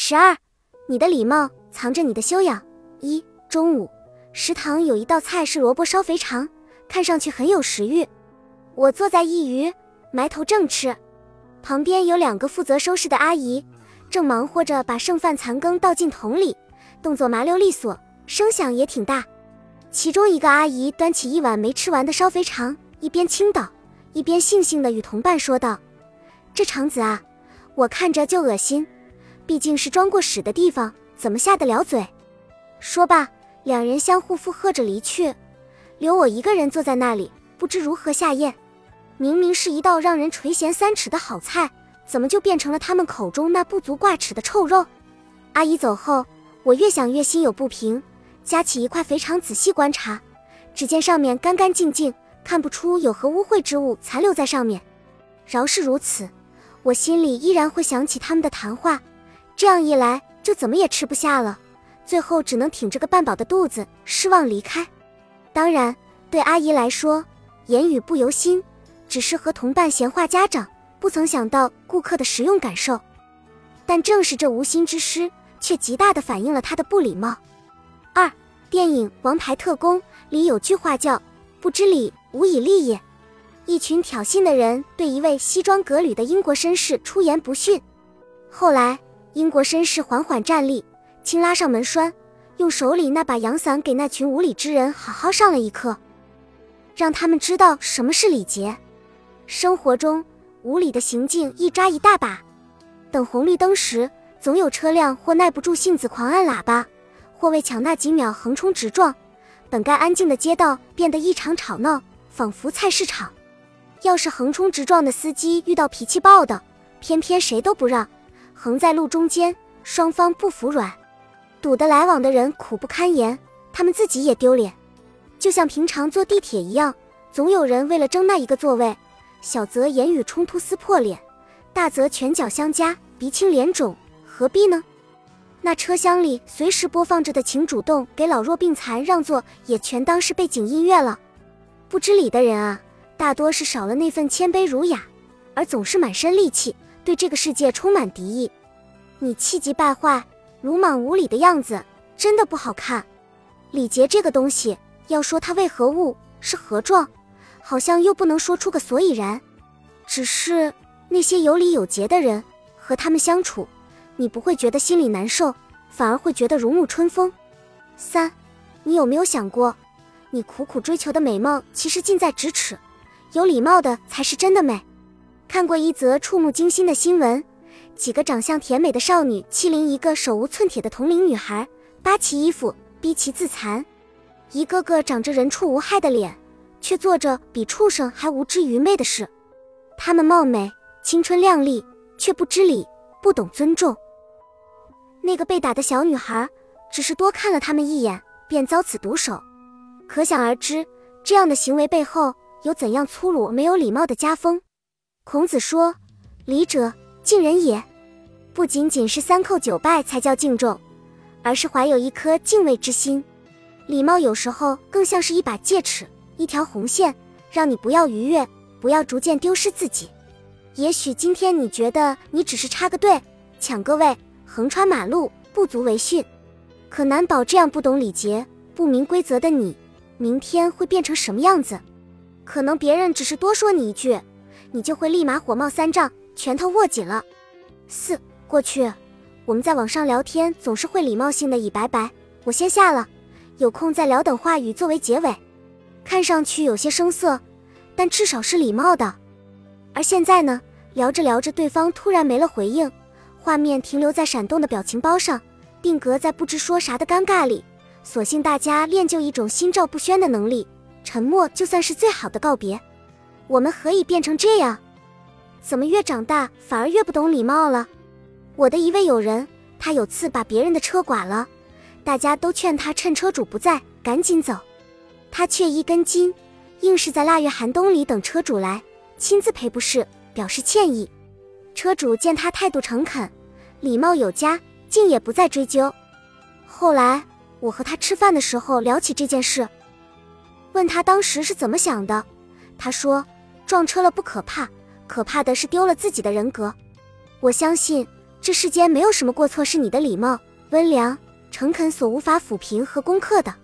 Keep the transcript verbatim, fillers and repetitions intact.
十二，你的礼貌藏着你的修养。一，中午，食堂有一道菜是萝卜烧肥肠，看上去很有食欲。我坐在一隅，埋头正吃，旁边有两个负责收拾的阿姨，正忙活着把剩饭残羹倒进桶里，动作麻溜利索，声响也挺大。其中一个阿姨端起一碗没吃完的烧肥肠，一边倾倒，一边悻悻地与同伴说道：这肠子啊，我看着就恶心，毕竟是装过屎的地方，怎么下得了嘴？说罢，两人相互附和着离去，留我一个人坐在那里，不知如何下咽。明明是一道让人垂涎三尺的好菜，怎么就变成了他们口中那不足挂齿的臭肉？阿姨走后，我越想越心有不平，夹起一块肥肠仔细观察，只见上面干干净净，看不出有何污秽之物残留在上面。饶是如此，我心里依然会想起他们的谈话，这样一来就怎么也吃不下了，最后只能挺着个半饱的肚子失望离开。当然，对阿姨来说，言语不由心，只是和同伴闲话家常，不曾想到顾客的实用感受。但正是这无心之失，却极大地反映了他的不礼貌。二，电影《王牌特工》里有句话叫不知礼，无以立也。一群挑衅的人对一位西装革履的英国绅士出言不逊，后来英国绅士缓缓站立，轻拉上门栓，用手里那把阳伞给那群无礼之人好好上了一课，让他们知道什么是礼节。生活中无礼的行径一抓一大把，等红绿灯时，总有车辆或耐不住性子狂按喇叭，或为抢那几秒横冲直撞，本该安静的街道变得异常吵闹，仿佛菜市场。要是横冲直撞的司机遇到脾气暴的，偏偏谁都不让，横在路中间，双方不服软，堵得来往的人苦不堪言，他们自己也丢脸。就像平常坐地铁一样，总有人为了争那一个座位，小则言语冲突撕破脸，大则拳脚相加，鼻青脸肿，何必呢？那车厢里随时播放着的请主动给老弱病残让座也全当是背景音乐了。不知礼的人啊，大多是少了那份谦卑儒雅，而总是满身戾气，对这个世界充满敌意。你气急败坏，鲁莽无礼的样子真的不好看。礼节这个东西，要说它为何物，是何状，好像又不能说出个所以然。只是那些有礼有节的人，和他们相处，你不会觉得心里难受，反而会觉得如沐春风。三，你有没有想过，你苦苦追求的美梦其实近在咫尺，有礼貌的才是真的美。看过一则触目惊心的新闻，几个长相甜美的少女欺凌一个手无寸铁的同龄女孩，扒其衣服，逼其自残。一个个长着人畜无害的脸，却做着比畜生还无知愚昧的事。她们貌美，青春靓丽，却不知礼，不懂尊重。那个被打的小女孩，只是多看了他们一眼，便遭此毒手。可想而知，这样的行为背后有怎样粗鲁没有礼貌的家风。孔子说，礼者敬人也，不仅仅是三叩九拜才叫敬重，而是怀有一颗敬畏之心。礼貌有时候更像是一把戒尺，一条红线，让你不要逾越，不要逐渐丢失自己。也许今天你觉得你只是插个队，抢个位，横穿马路，不足为训，可难保这样不懂礼节，不明规则的你，明天会变成什么样子？可能别人只是多说你一句，你就会立马火冒三丈，拳头握紧了。四，过去我们在网上聊天总是会礼貌性的以拜拜，我先下了，有空再聊等话语作为结尾，看上去有些生涩，但至少是礼貌的。而现在呢，聊着聊着对方突然没了回应，画面停留在闪动的表情包上，定格在不知说啥的尴尬里，索性大家练就一种心照不宣的能力，沉默就算是最好的告别。我们何以变成这样？怎么越长大反而越不懂礼貌了？我的一位友人，他有次把别人的车剐了，大家都劝他趁车主不在赶紧走，他却一根筋，硬是在腊月寒冬里等车主来，亲自赔不是，表示歉意。车主见他态度诚恳，礼貌有加，竟也不再追究。后来我和他吃饭的时候聊起这件事，问他当时是怎么想的，他说撞车了不可怕，可怕的是丢了自己的人格。我相信这世间没有什么过错是你的礼貌、温良、诚恳所无法抚平和攻克的。